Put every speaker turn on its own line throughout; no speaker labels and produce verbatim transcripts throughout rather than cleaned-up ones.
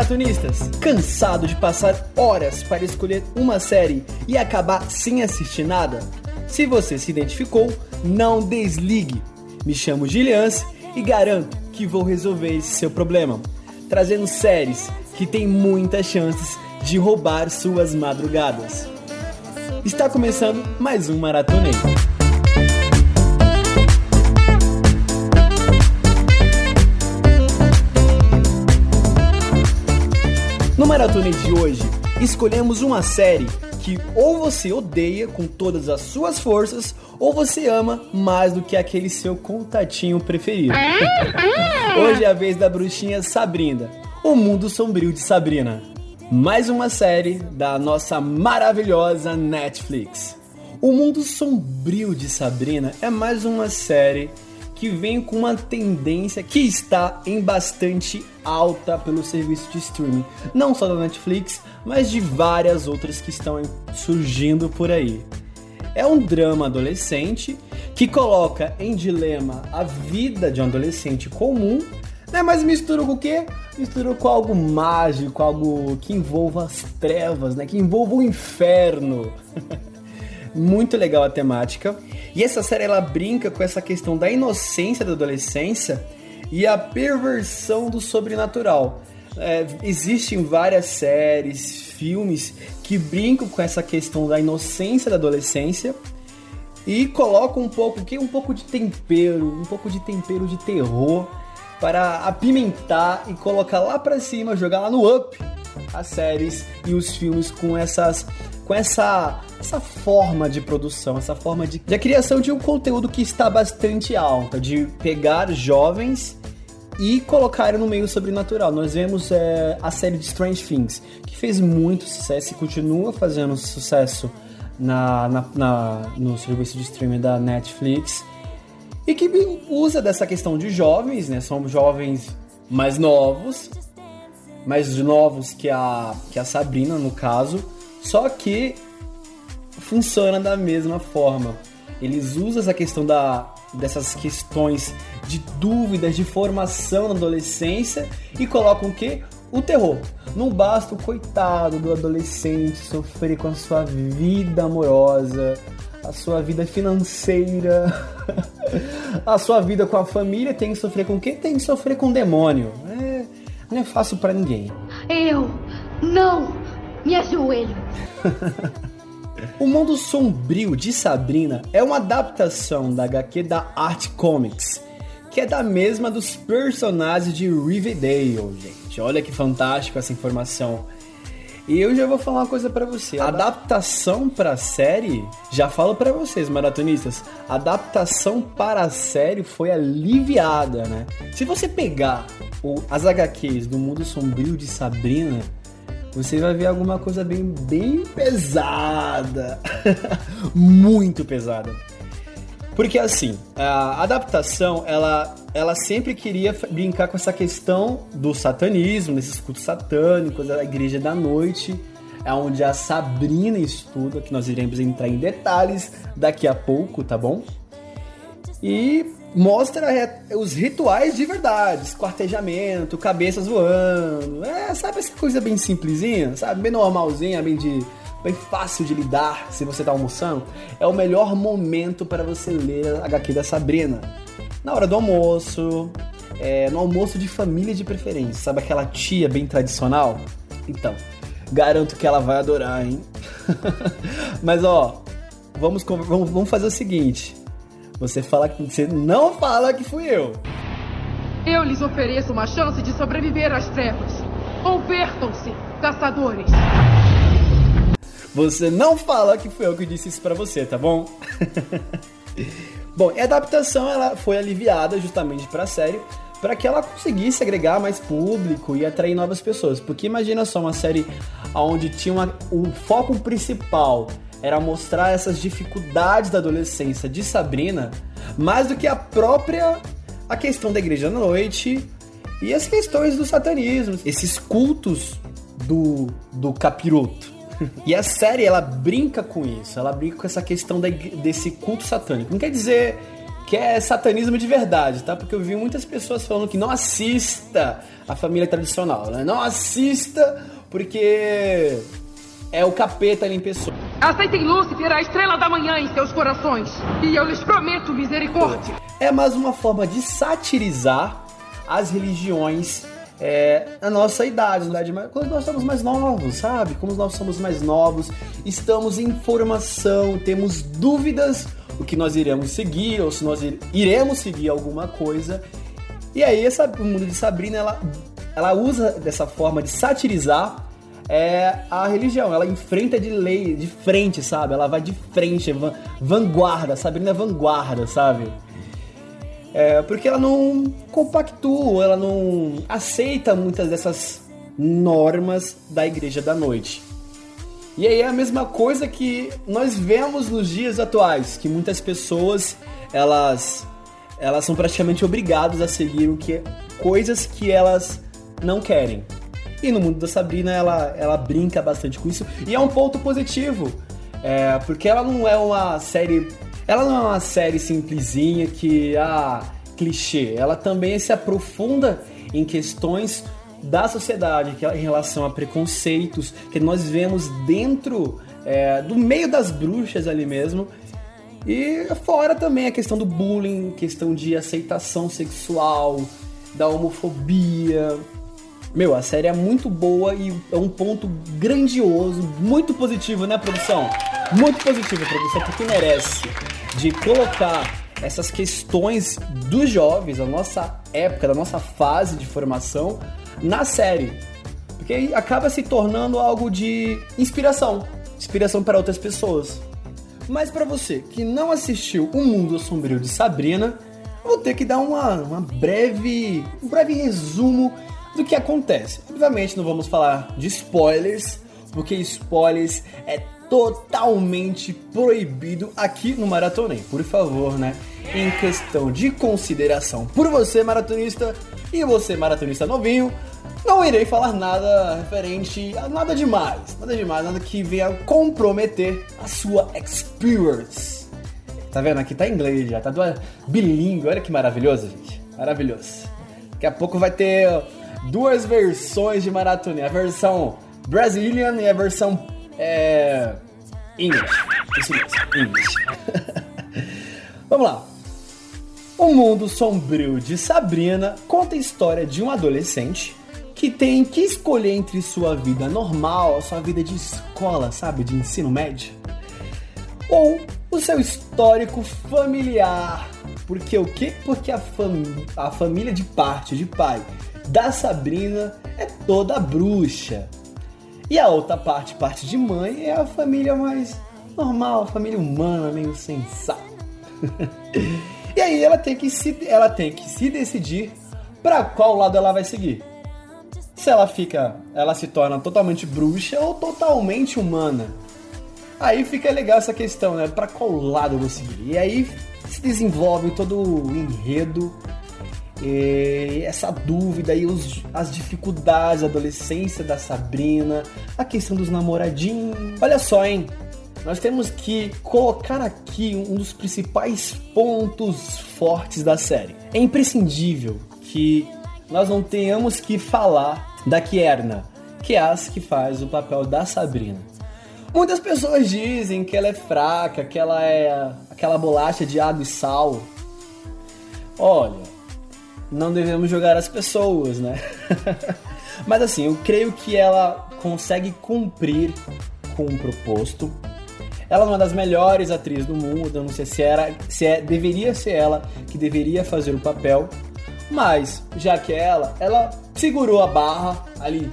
maratonistas, cansado de passar horas para escolher uma série e acabar sem assistir nada? Se você se identificou, não desligue. Me chamo Gilians e garanto que vou resolver esse seu problema, trazendo séries que têm muitas chances de roubar suas madrugadas. Está começando mais um Maratonei. No Maratonei de hoje, escolhemos uma série que ou você odeia com todas as suas forças, ou você ama mais do que aquele seu contatinho preferido. Hoje é a vez da bruxinha Sabrina, o mundo sombrio de Sabrina. Mais uma série da nossa maravilhosa Netflix. O mundo sombrio de Sabrina é mais uma série que vem com uma tendência que está em bastante alta pelo serviço de streaming, não só da Netflix, mas de várias outras que estão surgindo por aí. É um drama adolescente que coloca em dilema a vida de um adolescente comum, né? Mas mistura com o quê? Mistura com algo mágico, algo que envolva as trevas, né? Que envolva o inferno. Muito legal a temática. E essa série, ela brinca com essa questão da inocência da adolescência e a perversão do sobrenatural. É, existem várias séries, filmes que brincam com essa questão da inocência da adolescência e colocam um pouco, que um pouco de tempero, um pouco de tempero de terror para apimentar e colocar lá pra cima, jogar lá no up as séries e os filmes com essas com essa, essa forma de produção, essa forma de, de a criação de um conteúdo que está bastante alta, de pegar jovens e colocar no meio sobrenatural. Nós vemos é, a série de Strange Things, que fez muito sucesso e continua fazendo sucesso na, na, na, no serviço de streaming da Netflix, e que usa dessa questão de jovens, né? São jovens mais novos, mais novos que a, que a Sabrina, no caso, só que funciona da mesma forma. Eles usam essa questão da, dessas questões de dúvidas, de formação na adolescência e colocam o quê? O terror. Não basta o coitado do adolescente sofrer com a sua vida amorosa, a sua vida financeira, a sua vida com a família. Tem que sofrer com o quê? Tem que sofrer com o demônio. É, não é fácil pra ninguém.
Eu não me ajoelho.
O Mundo Sombrio de Sabrina é uma adaptação da agá quê da Art Comics, que é da mesma dos personagens de Riverdale, gente. Olha que fantástico essa informação. E eu já vou falar uma coisa pra você. A adaptação pra série, já falo pra vocês, maratonistas, a adaptação para a série foi aliviada, né? Se você pegar o, as agá quês do Mundo Sombrio de Sabrina, você vai ver alguma coisa bem, bem pesada. Muito pesada. Porque assim, a adaptação, ela, ela sempre queria brincar com essa questão do satanismo, desses cultos satânicos, da igreja da noite, é onde a Sabrina estuda, que nós iremos entrar em detalhes daqui a pouco, tá bom? E mostra os rituais de verdade, esquartejamento, cabeças voando, é, sabe essa coisa bem simplesinha, sabe, bem normalzinha, bem, de, bem fácil de lidar se você tá almoçando. É o melhor momento para você ler a agá quê da Sabrina, na hora do almoço, é, no almoço de família de preferência, sabe aquela tia bem tradicional? Então, garanto que ela vai adorar, hein? Mas ó, vamos, vamos, vamos fazer o seguinte. Você fala que você não fala que fui eu.
Eu lhes ofereço uma chance de sobreviver às trevas. Convertam-se, caçadores.
Você não fala que fui eu que disse isso pra você, tá bom? Bom, a adaptação ela foi aliviada justamente pra série, para que ela conseguisse agregar mais público e atrair novas pessoas. Porque imagina só uma série onde tinha uma, o foco principal era mostrar essas dificuldades da adolescência de Sabrina, mais do que a própria a questão da igreja da noite e as questões do satanismo, esses cultos do, do capiroto. E a série, ela brinca com isso, ela brinca com essa questão da, desse culto satânico. Não quer dizer que é satanismo de verdade, tá? Porque eu vi muitas pessoas falando que não assista a família tradicional, né? Não assista porque é o capeta ali em pessoa.
Aceitem Lúcifer, a estrela da manhã, em seus corações, e eu lhes prometo misericórdia.
É mais uma forma de satirizar as religiões é, na nossa idade, na idade mais, quando nós somos mais novos, sabe? Como nós somos mais novos, estamos em formação, temos dúvidas o que nós iremos seguir, ou se nós iremos seguir alguma coisa. E aí essa, o mundo de Sabrina, ela, ela usa dessa forma de satirizar é, a religião. Ela enfrenta de lei, de frente, sabe? Ela vai de frente, van, vanguarda. Sabrina é vanguarda, sabe? É, porque ela não compactua, ela não aceita muitas dessas normas da Igreja da Noite. E aí é a mesma coisa que nós vemos nos dias atuais, que muitas pessoas, elas, elas são praticamente obrigadas a seguir o que, coisas que elas não querem. E no mundo da Sabrina, ela, ela brinca bastante com isso, e é um ponto positivo, é, porque ela não é uma série, ela não é uma série simplesinha que, ah, clichê, ela também se aprofunda em questões da sociedade, que é em relação a preconceitos que nós vemos dentro é, do meio das bruxas ali mesmo, e fora também a questão do bullying, questão de aceitação sexual, da homofobia. Meu, a série é muito boa e é um ponto grandioso, muito positivo, né, produção? Muito positivo, produção, porque merece de colocar essas questões dos jovens, da nossa época, da nossa fase de formação, na série, porque aí acaba se tornando algo de inspiração, inspiração para outras pessoas. Mas para você que não assistiu O Mundo Sombrio de Sabrina, eu vou ter que dar uma, uma breve, um breve resumo do que acontece. Obviamente não vamos falar de spoilers, porque spoilers é totalmente proibido aqui no Maratonei, por favor, né? Em questão de consideração por você, maratonista, e você, maratonista novinho, não irei falar nada referente a nada demais, nada demais, nada que venha comprometer a sua experience. Tá vendo? Aqui tá em inglês já, tá bilíngue, olha que maravilhoso, gente, maravilhoso. Daqui a pouco vai ter duas versões de Maratonei, a versão Brazilian e a versão é, English, isso mesmo, English. Vamos lá. O Mundo Sombrio de Sabrina conta a história de um adolescente que tem que escolher entre sua vida normal, sua vida de escola, sabe, de ensino médio, ou o seu histórico familiar. Porque o quê? Porque a, fam- a família de parte de pai da Sabrina é toda bruxa. E a outra parte, parte de mãe, é a família mais normal, a família humana, meio sensata. E aí ela tem que se, ela tem que se decidir para qual lado ela vai seguir. Se ela fica, ela se torna totalmente bruxa ou totalmente humana. Aí fica legal essa questão, né? Para qual lado eu vou seguir? E aí se desenvolve todo o enredo, e essa dúvida e os, as dificuldades da adolescência da Sabrina, a questão dos namoradinhos. Olha só, hein? Nós temos que colocar aqui um dos principais pontos fortes da série. É imprescindível que nós não tenhamos que falar da Kierna, que é a que faz o papel da Sabrina. Muitas pessoas dizem que ela é fraca, que ela é aquela bolacha de água e sal. Olha, não devemos jogar as pessoas, né? Mas assim, eu creio que ela consegue cumprir com o proposto. Ela é uma das melhores atrizes do mundo, eu não sei se era, se é, deveria ser ela que deveria fazer o papel, mas já que é ela, ela segurou a barra ali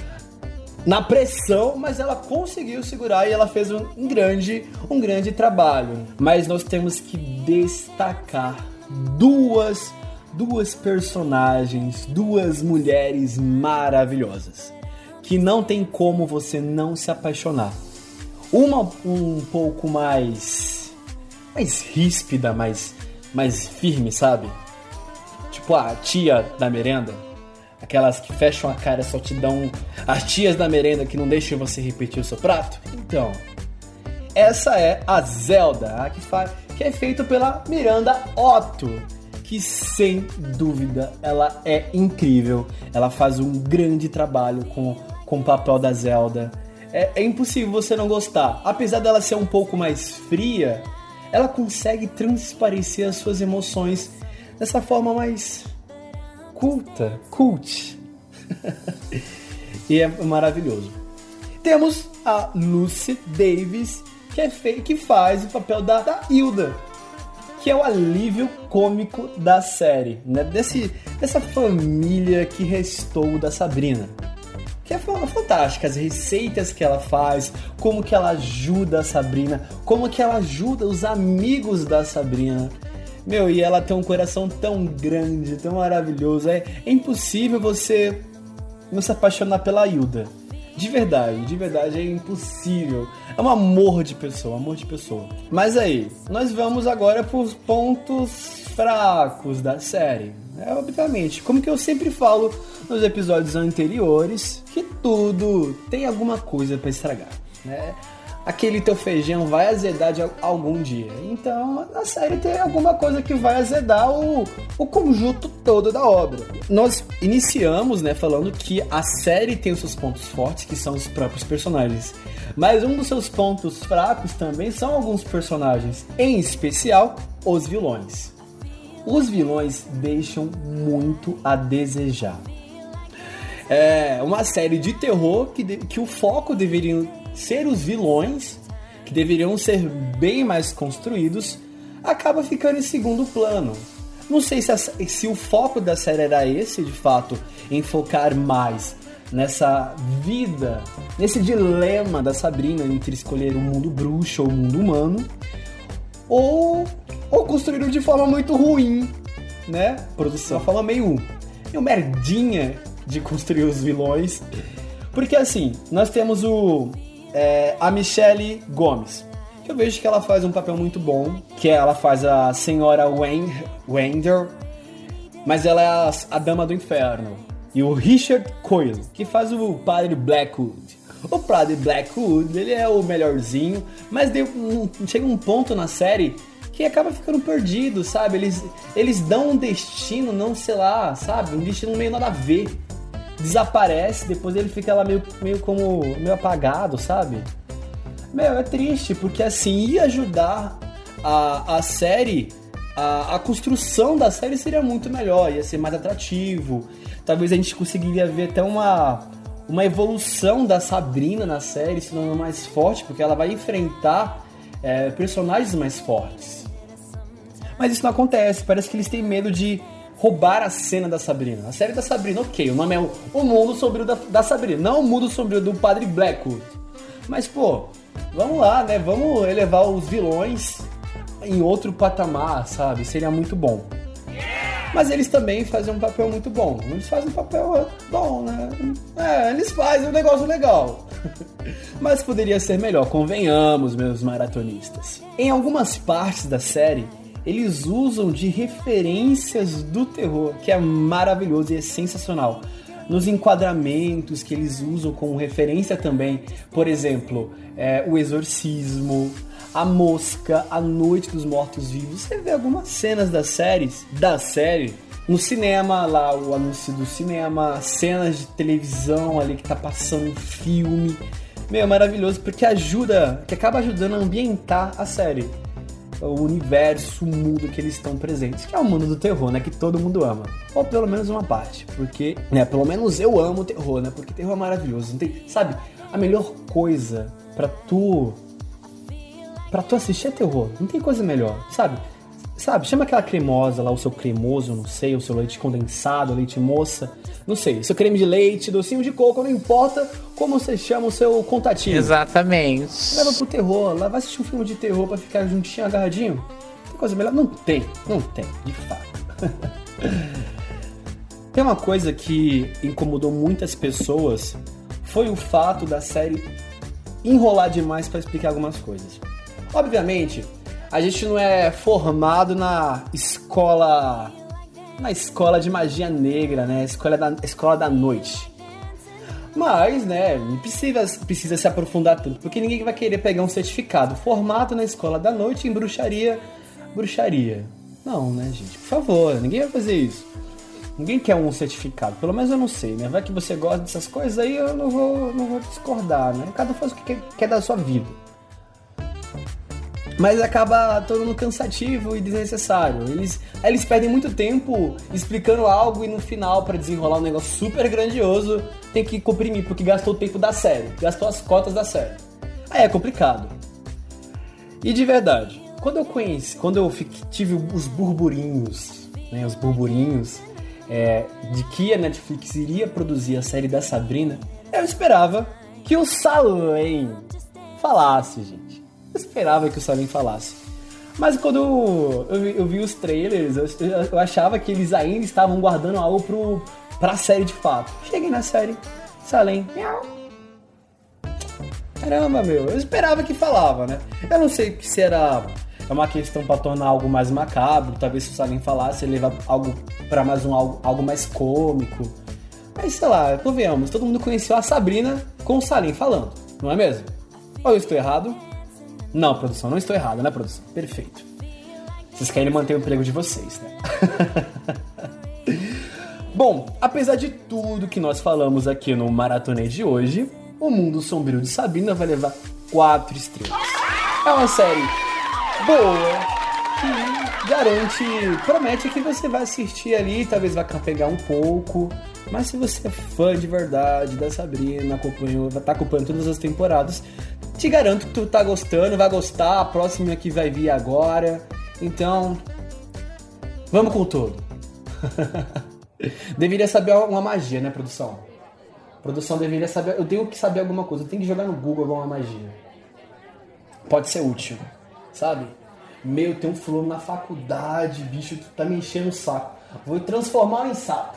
na pressão, mas ela conseguiu segurar e ela fez um, um grande, um grande trabalho. Mas nós temos que destacar duas, duas personagens, duas mulheres maravilhosas, que não tem como você não se apaixonar. Uma um pouco mais mais ríspida, mais, mais firme, sabe? Tipo a tia da merenda. Aquelas que fecham a cara e só te dão... As tias da merenda que não deixam você repetir o seu prato. Então, essa é a Zelda, a que, fa... que que é feito pela Miranda Otto, que sem dúvida ela é incrível. Ela faz um grande trabalho com, com o papel da Zelda. É, é impossível você não gostar. Apesar dela ser um pouco mais fria, ela consegue transparecer as suas emoções dessa forma mais culta, cult. E é maravilhoso. Temos a Lucy Davis, que, é fe... que faz o papel da, da Hilda, que é o alívio cômico da série, né? Desse, dessa família que restou da Sabrina. Que é fantástica, as receitas que ela faz, como que ela ajuda a Sabrina, como que ela ajuda os amigos da Sabrina. Meu, e ela tem um coração tão grande, tão maravilhoso. É, é impossível você não se apaixonar pela Hilda. De verdade, de verdade é impossível. É um amor de pessoa, um amor de pessoa. Mas aí, nós vamos agora para os pontos fracos da série. É, obviamente, como que eu sempre falo nos episódios anteriores, que tudo tem alguma coisa para estragar, né? Aquele teu feijão vai azedar de algum dia. Então, a série tem alguma coisa que vai azedar o, o conjunto todo da obra. Nós iniciamos, né, falando que a série tem os seus pontos fortes, que são os próprios personagens. Mas um dos seus pontos fracos também são alguns personagens, em especial os vilões. Os vilões deixam muito a desejar. É uma série de terror que, de, que o foco deveria ser os vilões, que deveriam ser bem mais construídos, acaba ficando em segundo plano. Não sei se, a, se o foco da série era esse, de fato, em focar mais nessa vida, nesse dilema da Sabrina entre escolher o mundo bruxo ou o mundo humano, ou, ou construíram de forma muito ruim, né? Produção, de forma meio, meio merdinha de construir os vilões. Porque assim, nós temos o... É, a Michelle Gomes, que eu vejo que ela faz um papel muito bom, que ela faz a senhora Wendell, mas ela é a, a dama do inferno. E o Richard Coyle, que faz o padre Blackwood. O padre Blackwood, ele é o melhorzinho, mas deu um, chega um ponto na série que acaba ficando perdido, sabe? Eles, eles dão um destino, não sei lá, sabe? Um destino meio nada a ver. Desaparece, depois ele fica lá meio, meio como meio apagado, sabe? Meu, é triste, porque assim, ia ajudar a, a série, a, a construção da série seria muito melhor, ia ser mais atrativo. Talvez a gente conseguiria ver até uma, uma evolução da Sabrina na série, se tornando mais forte, porque ela vai enfrentar é, personagens mais fortes. Mas isso não acontece, parece que eles têm medo de roubar a cena da Sabrina. A série da Sabrina, ok, o nome é O Mundo Sombrio da, da Sabrina, não O Mundo Sombrio do Padre Blackwood. Mas, pô, vamos lá, né? Vamos elevar os vilões em outro patamar, sabe? Seria muito bom. Mas eles também fazem um papel muito bom. Eles fazem um papel bom, né? É, eles fazem um negócio legal. Mas poderia ser melhor, convenhamos, meus maratonistas. Em algumas partes da série, eles usam de referências do terror, que é maravilhoso e é sensacional. Nos enquadramentos que eles usam como referência também, por exemplo, é, o Exorcismo, a Mosca, a Noite dos Mortos-Vivos. Você vê algumas cenas das séries, da série, no cinema, lá o anúncio do cinema, cenas de televisão ali que tá passando um filme. Meu, é maravilhoso, porque ajuda, que acaba ajudando a ambientar a série. O universo, o mundo que eles estão presentes, que é o mundo do terror, né, que todo mundo ama, ou pelo menos uma parte, porque, né, pelo menos eu amo o terror, né, porque terror é maravilhoso, não tem, sabe, a melhor coisa pra tu, pra tu assistir é terror, não tem coisa melhor, sabe, sabe, chama aquela cremosa lá, o seu cremoso, não sei, o seu leite condensado, leite moça, não sei, seu creme de leite, docinho de coco, não importa como você chama o seu contatinho.
Exatamente.
Leva pro terror, lá vai assistir um filme de terror pra ficar juntinho, agarradinho. Tem coisa melhor? Não tem, não tem, de fato. Tem uma coisa que incomodou muitas pessoas, foi o fato da série enrolar demais pra explicar algumas coisas. Obviamente, a gente não é formado na escola, na escola de magia negra, né? Escola da, escola da noite. Mas, né, não precisa, precisa se aprofundar tanto, porque ninguém vai querer pegar um certificado formado na escola da noite em bruxaria bruxaria. Não, né, gente? Por favor, ninguém vai fazer isso. Ninguém quer um certificado, pelo menos eu não sei, né? Vai que você gosta dessas coisas aí, eu não vou, não vou discordar, né? Cada um faz o que quer, quer da sua vida. Mas acaba tornando cansativo e desnecessário. Eles, aí eles perdem muito tempo explicando algo e no final, pra desenrolar um negócio super grandioso, tem que comprimir, porque gastou o tempo da série, gastou as cotas da série. Aí é complicado. E de verdade, quando eu conheci, quando eu tive os burburinhos, né, os burburinhos é, de que a Netflix iria produzir a série da Sabrina, eu esperava que o Salem falasse, gente. Eu esperava que o Salem falasse. Mas quando eu, eu, eu vi os trailers, eu, eu achava que eles ainda estavam guardando algo pro, pra série de fato. Cheguei na série, Salem, miau. Caramba, meu, eu esperava que falava, né? Eu não sei se era uma questão pra tornar algo mais macabro, talvez se o Salem falasse, ele levar algo pra mais um algo, algo mais cômico. Mas sei lá, convenhamos, todo mundo conheceu a Sabrina com o Salem falando, não é mesmo? Ou eu estou errado? Não, produção, não estou errado, né, produção? Perfeito. Vocês querem manter o emprego de vocês, né? Bom, apesar de tudo que nós falamos aqui no Maratonei de hoje, O Mundo Sombrio de Sabrina vai levar quatro estrelas. É uma série boa, que garante, promete que você vai assistir ali, talvez vai pegar um pouco, mas se você é fã de verdade da Sabrina, acompanhou, vai estar acompanhando todas as temporadas, te garanto que tu tá gostando, vai gostar, a próxima que vai vir agora, então, vamos com tudo. Deveria saber uma magia, né, produção? Produção deveria saber, eu tenho que saber alguma coisa, eu tenho que jogar no Google alguma magia. Pode ser útil, sabe? Meu, tem um fulano na faculdade, bicho, tu tá me enchendo o saco. Vou transformar em sapo.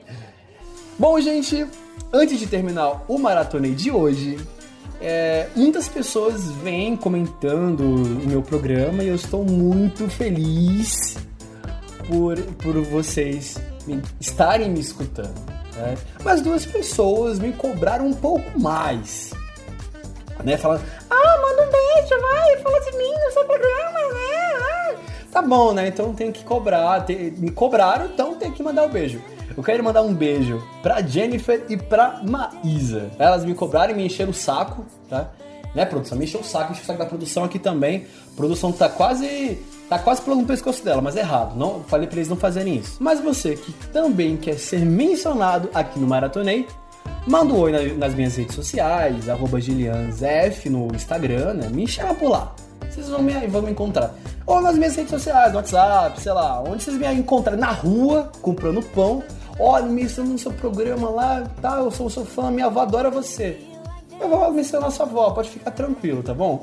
Bom, gente, antes de terminar o Maratonei de hoje, é, muitas pessoas vêm comentando o meu programa e eu estou muito feliz por, por vocês me, estarem me escutando. Né? Mas duas pessoas me cobraram um pouco mais. Né? Falando, ah, manda um beijo, vai, fala de mim no seu programa, né? Ah. Tá bom, né? Então tem que cobrar. Tem, me cobraram, então tem que mandar o um beijo. Eu quero mandar um beijo pra Jennifer e pra Maísa. Elas me cobraram e me encheram o saco, tá? Né, produção? Me encheu o saco, encheu o saco da produção aqui também. A produção tá quase... Tá quase pulando no pescoço dela, mas é errado. Não, falei pra eles não fazerem isso. Mas você que também quer ser mencionado aqui no Maratonei, manda um oi nas, nas minhas redes sociais, arroba gilianzf no Instagram, né? Me chama por lá. Vocês vão me, vão me encontrar. Ou nas minhas redes sociais, no WhatsApp, sei lá. Onde vocês me encontram? Na rua, comprando pão. Olha, me mencionando no seu programa lá, tá? Eu sou seu fã, minha avó adora você. Eu vou mencionar sua avó, pode ficar tranquilo, tá bom?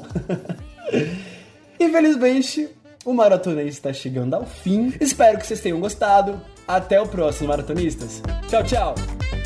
Infelizmente, o Maratonei está chegando ao fim. Espero que vocês tenham gostado. Até o próximo, maratonistas. Tchau, tchau.